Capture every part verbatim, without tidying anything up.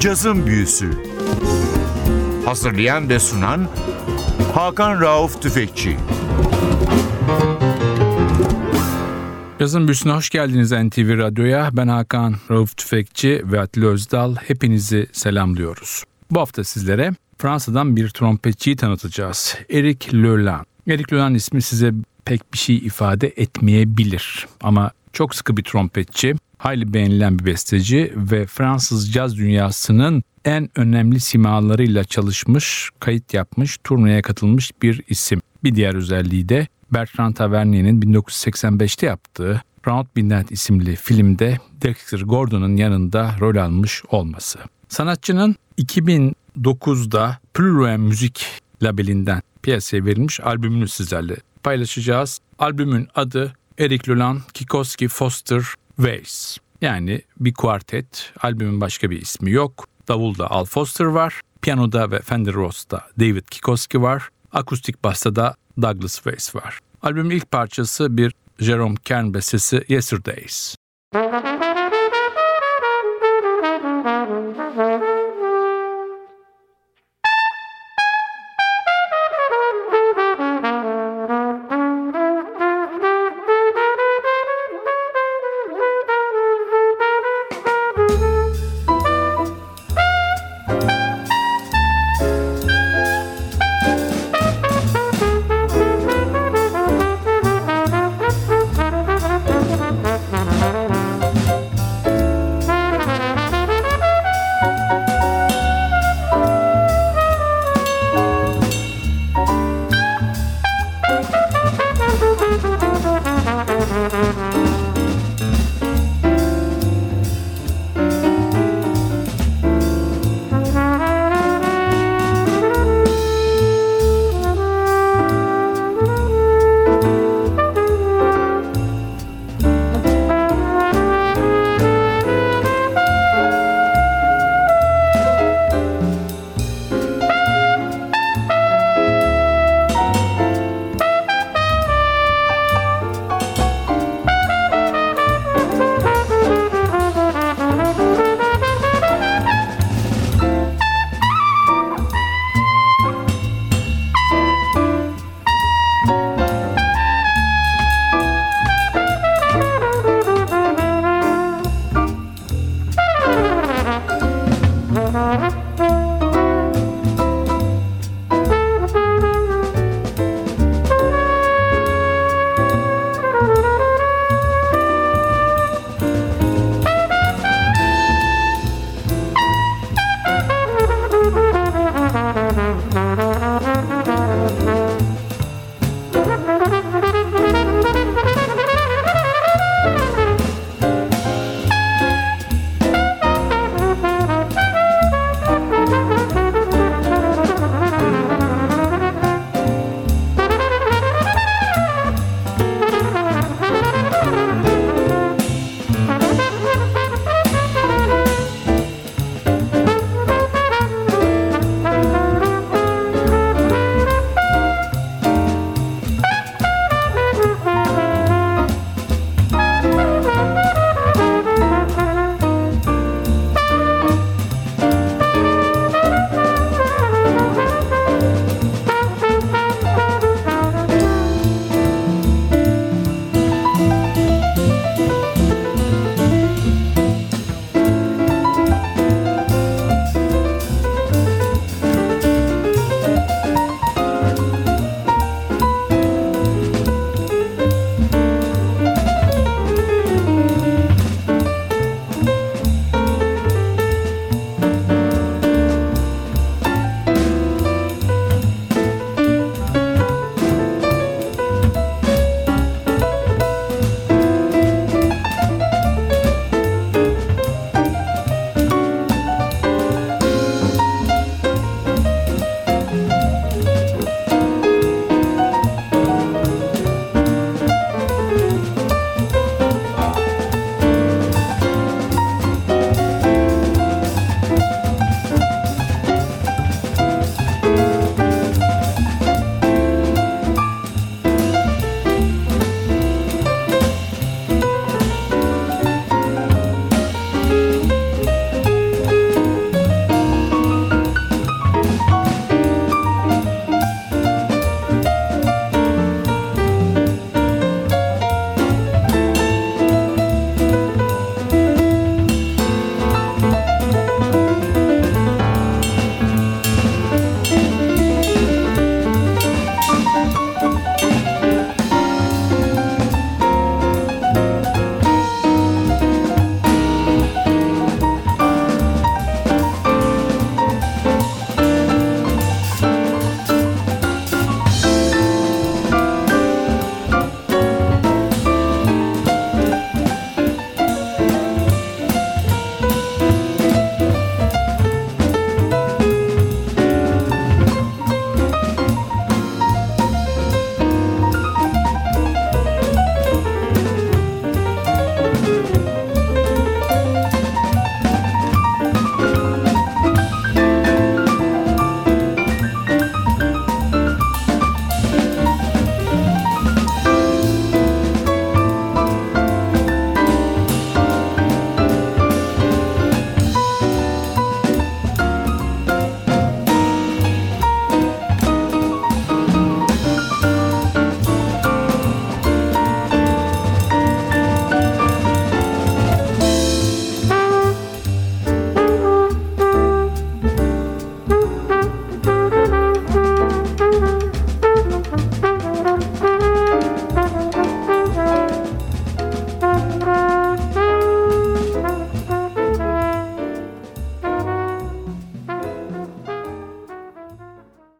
Cazın Büyüsü. Hazırlayan ve sunan Hakan Rauf Tüfekçi. Cazın Büyüsü'ne hoş geldiniz N T V Radyo'ya. Ben Hakan Rauf Tüfekçi ve Atli Özdal. Hepinizi selamlıyoruz. Bu hafta sizlere Fransa'dan bir trompetçiyi tanıtacağız. Eric Leland. Eric Leland ismi size pek bir şey ifade etmeyebilir. Ama çok sıkı bir trompetçi, hayli beğenilen bir besteci ve Fransız caz dünyasının en önemli simalarıyla çalışmış, kayıt yapmış, turneye katılmış bir isim. Bir diğer özelliği de Bertrand Tavernier'in bin dokuz yüz seksen beşte yaptığı Round Midnight isimli filmde Dexter Gordon'un yanında rol almış olması. Sanatçının iki bin dokuzda Plurium Müzik labelinden piyasaya verilmiş albümünü sizlerle paylaşacağız. Albümün adı Eric Leland Kikoski Foster Ways. Yani bir kuartet. Albümün başka bir ismi yok. Davulda Al Foster var. Piyanoda ve Fender Rhodes'ta David Kikoski var. Akustik basta da Douglas Weiss var. Albümün ilk parçası bir Jerome Kern bestesi Yesterdays.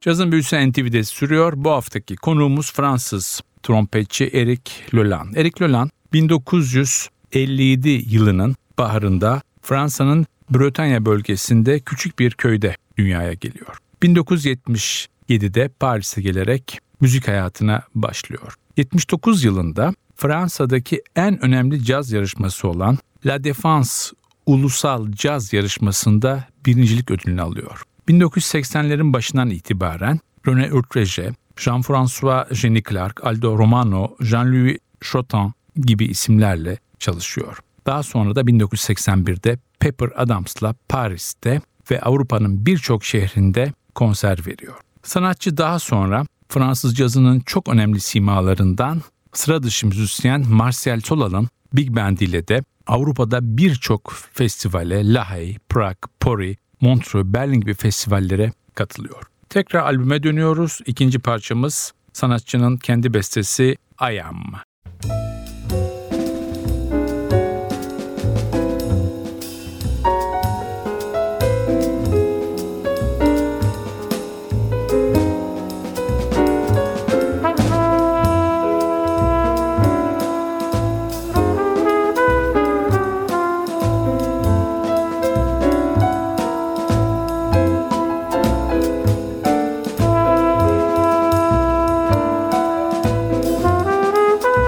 Cazın Büyüsü N T V'de sürüyor. Bu haftaki konuğumuz Fransız trompetçi Eric Leland. Eric Leland bin dokuz yüz elli yedi yılının baharında Fransa'nın Bretagne bölgesinde küçük bir köyde dünyaya geliyor. bin dokuz yüz yetmiş yedide Paris'e gelerek müzik hayatına başlıyor. yetmiş dokuz yılında Fransa'daki en önemli caz yarışması olan La Défense Ulusal Caz Yarışması'nda birincilik ödülünü alıyor. bin dokuz yüz seksenlerin başından itibaren René Urtrege, Jean-François Jenny Clark, Aldo Romano, Jean-Louis Chotin gibi isimlerle çalışıyor. Daha sonra da bin dokuz yüz seksen birde Pepper Adams'la Paris'te ve Avrupa'nın birçok şehrinde konser veriyor. Sanatçı daha sonra Fransız cazının çok önemli simalarından sıra dışı müzisyen Marcel Solal'ın Big Band ile de Avrupa'da birçok festivale, La Haye, Prag, Paris, Montreux, Berlin gibi festivallere katılıyor. Tekrar albüme dönüyoruz. İkinci parçamız sanatçının kendi bestesi I Am. Thank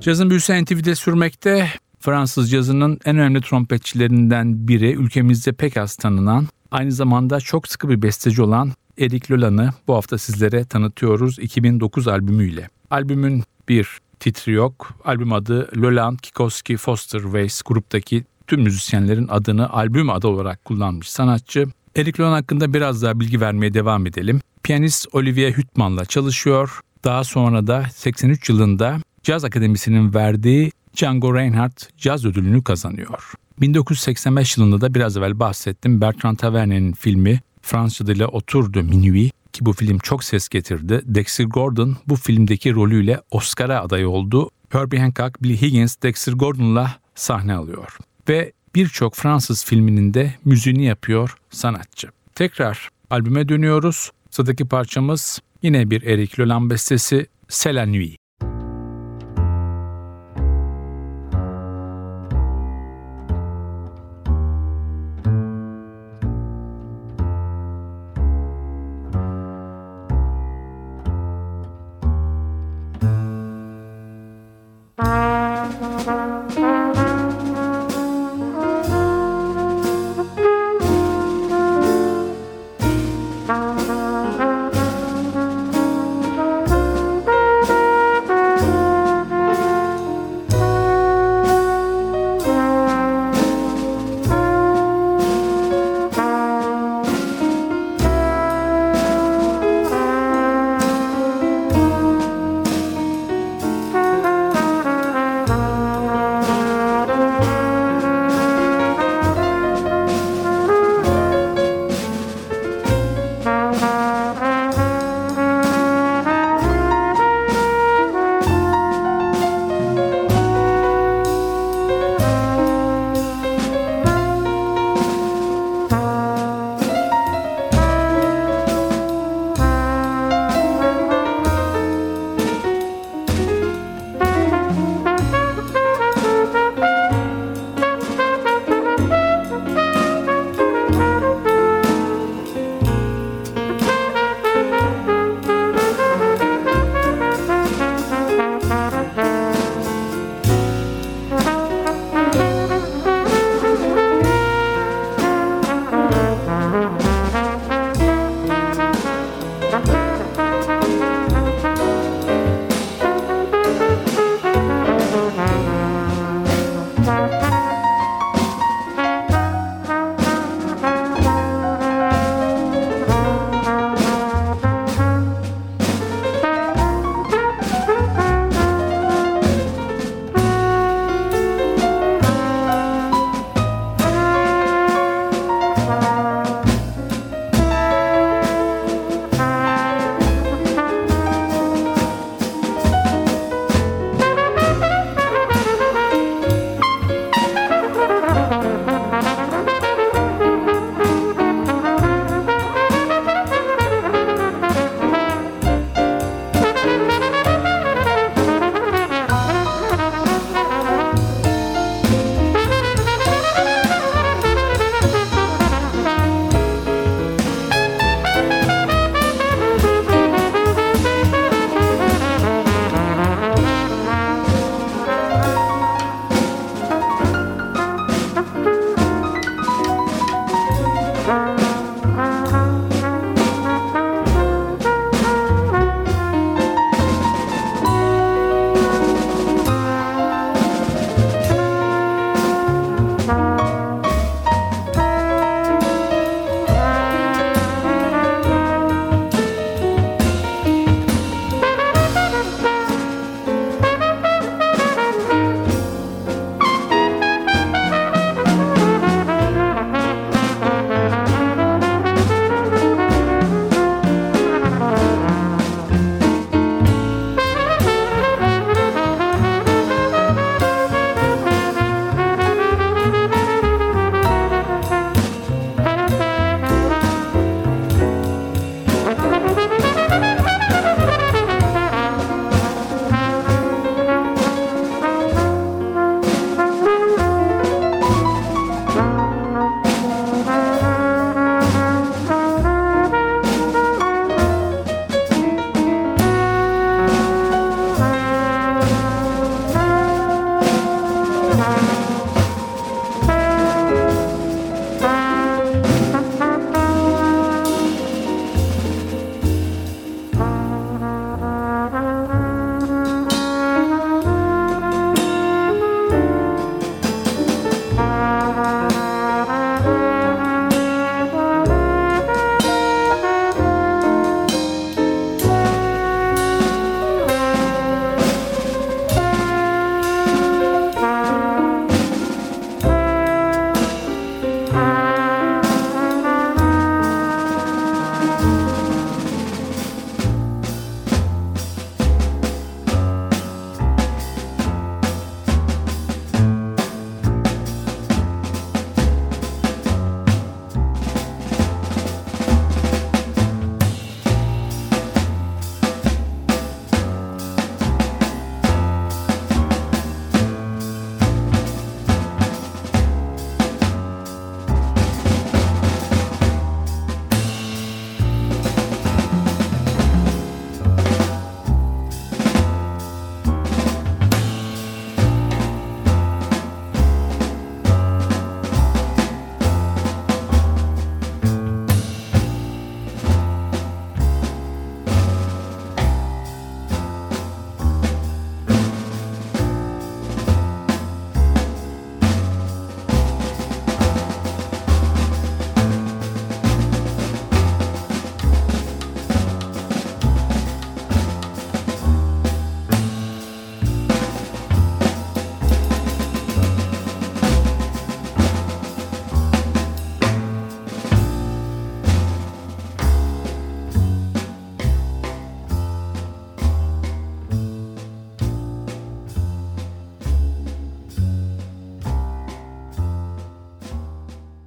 Cazın büyüsü N T V'de sürmekte. Fransız cazının en önemli trompetçilerinden biri, ülkemizde pek az tanınan, aynı zamanda çok sıkı bir besteci olan Eric Lolan'ı bu hafta sizlere tanıtıyoruz iki bin dokuz albümüyle. Albümün bir titri yok. Albüm adı Lolan, Kikoski, Foster Ways gruptaki tüm müzisyenlerin adını albüm adı olarak kullanmış sanatçı. Eric Lolan hakkında biraz daha bilgi vermeye devam edelim. Piyanist Olivier Hüttman'la çalışıyor. Daha sonra da seksen üç yılında Caz Akademisi'nin verdiği Django Reinhardt Caz Ödülünü kazanıyor. bin dokuz yüz seksen beş yılında da biraz evvel bahsettim, Bertrand Tavernier'in filmi Fransız adıyla Autour de Minuit, ki bu film çok ses getirdi. Dexter Gordon bu filmdeki rolüyle Oscar'a aday oldu. Herbie Hancock, Billy Higgins, Dexter Gordon'la sahne alıyor. Ve birçok Fransız filminin de müziğini yapıyor sanatçı. Tekrar albüme dönüyoruz. Sıradaki parçamız yine bir Eric Lolan bestesi, C'est la nuit.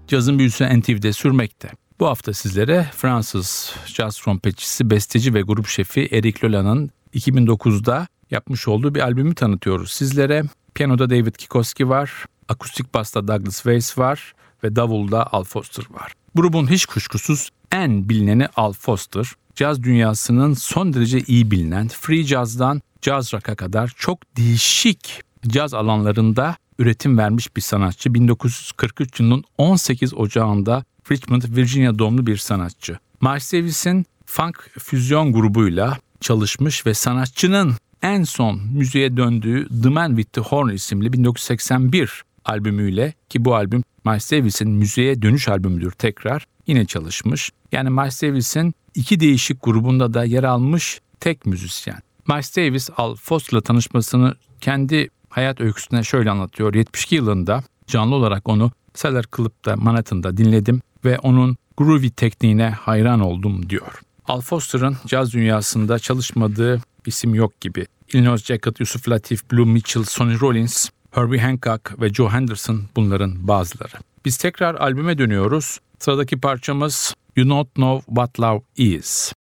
cazın büyüsü N T V'de sürmekte. Bu hafta sizlere Fransız caz trompetçisi, besteci ve grup şefi Eric Lola'nın iki bin dokuzda yapmış olduğu bir albümü tanıtıyoruz sizlere. Piyanoda David Kikoski var, akustik basta Douglas Weiss var ve davulda Al Foster var. Grubun hiç kuşkusuz en bilineni Al Foster, caz dünyasının son derece iyi bilinen, free jazz'dan jazz rock'a kadar çok değişik caz alanlarında üretim vermiş bir sanatçı. bin dokuz yüz kırk üç yılının on sekiz Ocağı'nda Richmond, Virginia doğumlu bir sanatçı. Miles Davis'in funk füzyon grubuyla çalışmış ve sanatçının en son müziğe döndüğü The Man with the Horn isimli bin dokuz yüz seksen bir albümüyle, ki bu albüm Miles Davis'in müziğe dönüş albümüdür, tekrar yine çalışmış. Yani Miles Davis'in iki değişik grubunda da yer almış tek müzisyen. Miles Davis, Al Foster'la tanışmasını kendi hayat öyküsüne şöyle anlatıyor. yetmiş iki yılında canlı olarak onu Cellar Club'da Manhattan'da dinledim ve onun groovy tekniğine hayran oldum diyor. Al Foster'ın caz dünyasında çalışmadığı isim yok gibi. Illinois Jacquet, Yusuf Latif, Blue Mitchell, Sonny Rollins, Herbie Hancock ve Joe Henderson bunların bazıları. Biz tekrar albüme dönüyoruz. Sıradaki parçamız You Don't Know What Love Is.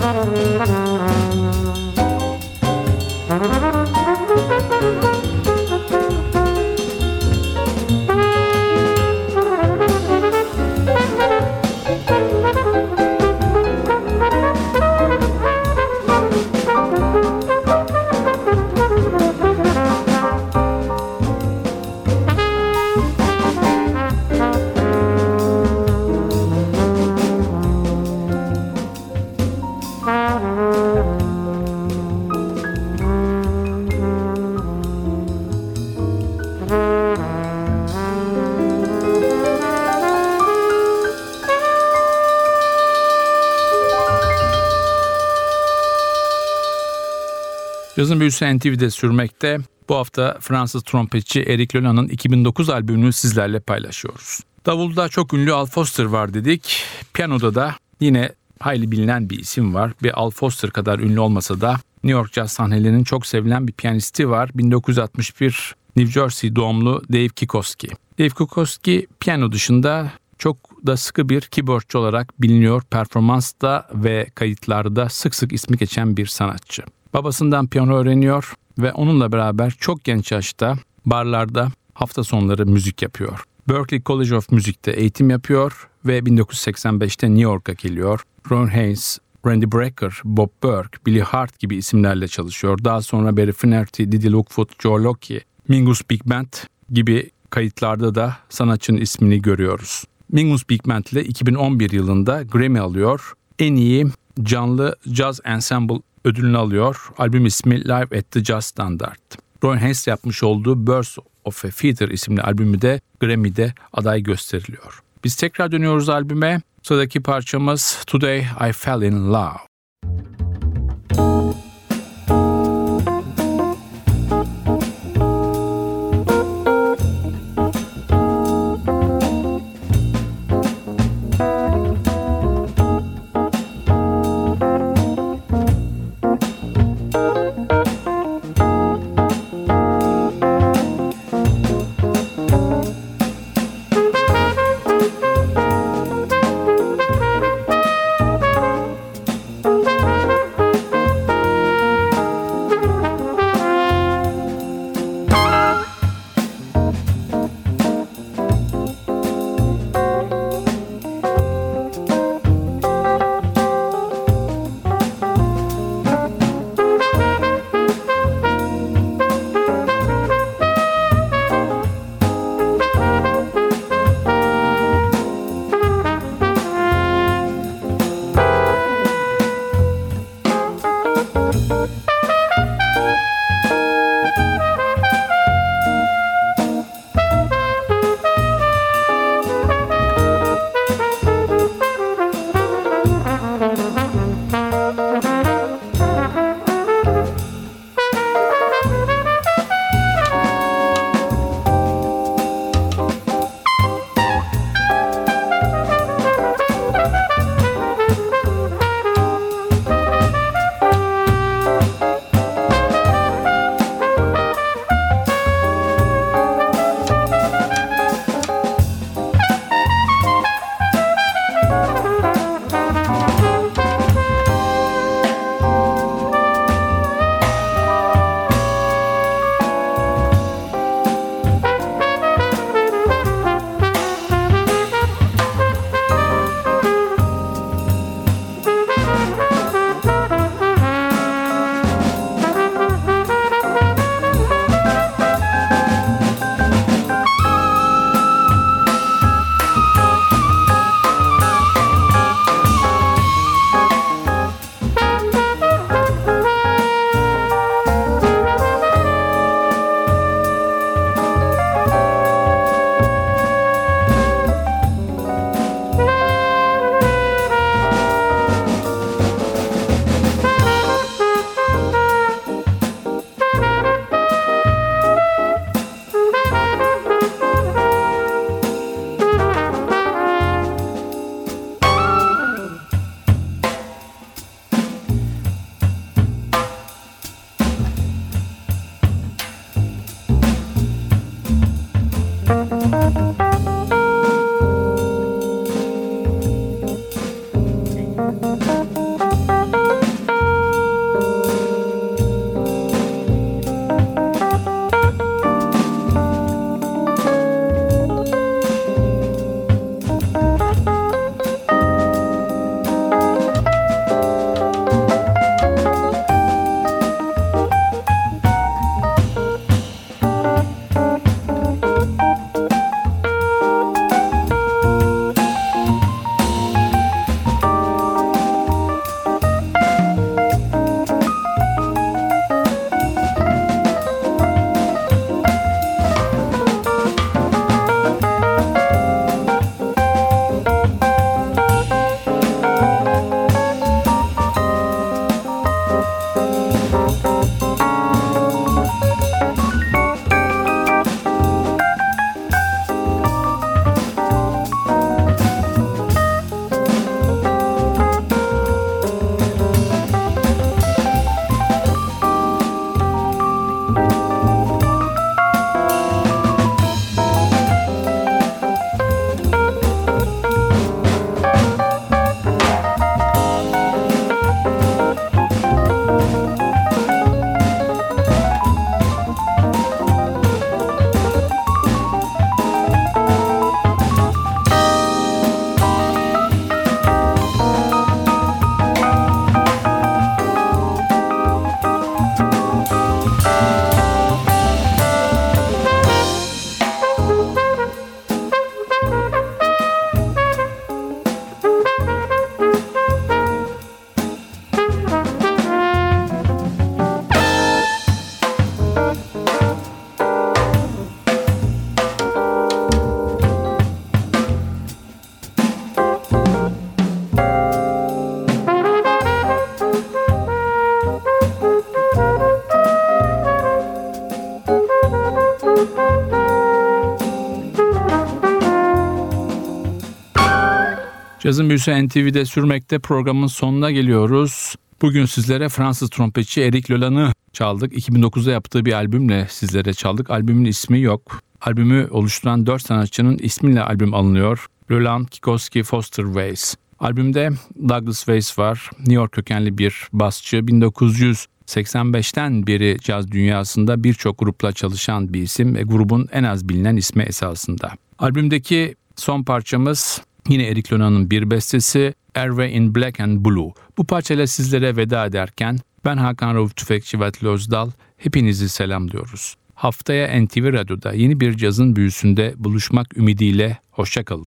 Cazın büyüsü N T V'de sürmekte. Bu hafta Fransız trompetçi Eric Leland'ın iki bin dokuz albümünü sizlerle paylaşıyoruz. Davulda çok ünlü Al Foster var dedik. Piyanoda da yine hayli bilinen bir isim var. Bir Al Foster kadar ünlü olmasa da New York caz sahnelerinin çok sevilen bir piyanisti var. bin dokuz yüz altmış bir New Jersey doğumlu Dave Kikoski. Dave Kikoski piyano dışında çok da sıkı bir keyboardçu olarak biliniyor. Performansta ve kayıtlarda sık sık ismi geçen bir sanatçı. Babasından piyano öğreniyor ve onunla beraber çok genç yaşta barlarda hafta sonları müzik yapıyor. Berklee College of Music'te eğitim yapıyor ve bin dokuz yüz seksen beşte New York'a geliyor. Ron Haynes, Randy Brecker, Bob Burke, Billy Hart gibi isimlerle çalışıyor. Daha sonra Barry Finnerty, Didi Lookwood, Joe Locke, Mingus Big Band gibi kayıtlarda da sanatçının ismini görüyoruz. Mingus Big Band ile iki bin on bir yılında Grammy alıyor. En iyi canlı jazz ensemble ödülünü alıyor. Albüm ismi Live at the Jazz Standard. Ron Haynes yapmış olduğu Birds of a Feather isimli albümü de Grammy'de aday gösteriliyor. Biz tekrar dönüyoruz albüme. Sıradaki parçamız Today I Fell in Love. Cazın Büyüsü N T V'de sürmekte, programın sonuna geliyoruz. Bugün sizlere Fransız trompetçi Eric Leland'ı çaldık. iki bin dokuzda yaptığı bir albümle sizlere çaldık. Albümün ismi yok. Albümü oluşturan dört sanatçının ismiyle albüm alınıyor. Leland, Kikoski, Foster, Weiss. Albümde Douglas Weiss var. New York kökenli bir basçı. bin dokuz yüz seksen beşten beri caz dünyasında birçok grupla çalışan bir isim ve grubun en az bilinen ismi esasında. Albümdeki son parçamız yine Eric Leland'ın bir bestesi, Airway in Black and Blue. Bu parçayla sizlere veda ederken ben Hakan Rauf Tüfekçi ve Atilla Özdal, hepinizi selamlıyoruz. Haftaya N T V Radyo'da yeni bir cazın büyüsünde buluşmak ümidiyle hoşça kalın.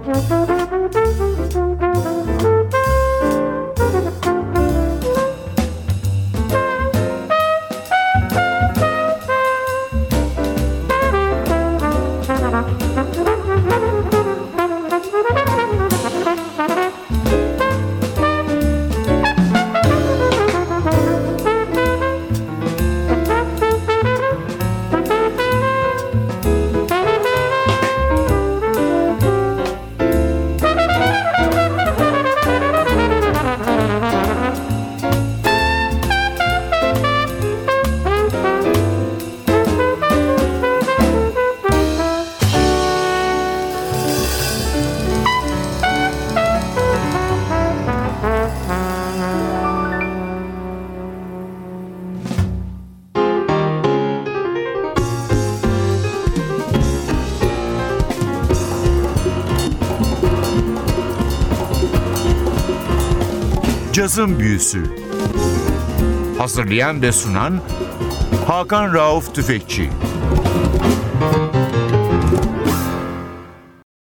Cazın Büyüsü. Hazırlayan ve sunan Hakan Rauf Tüfekçi.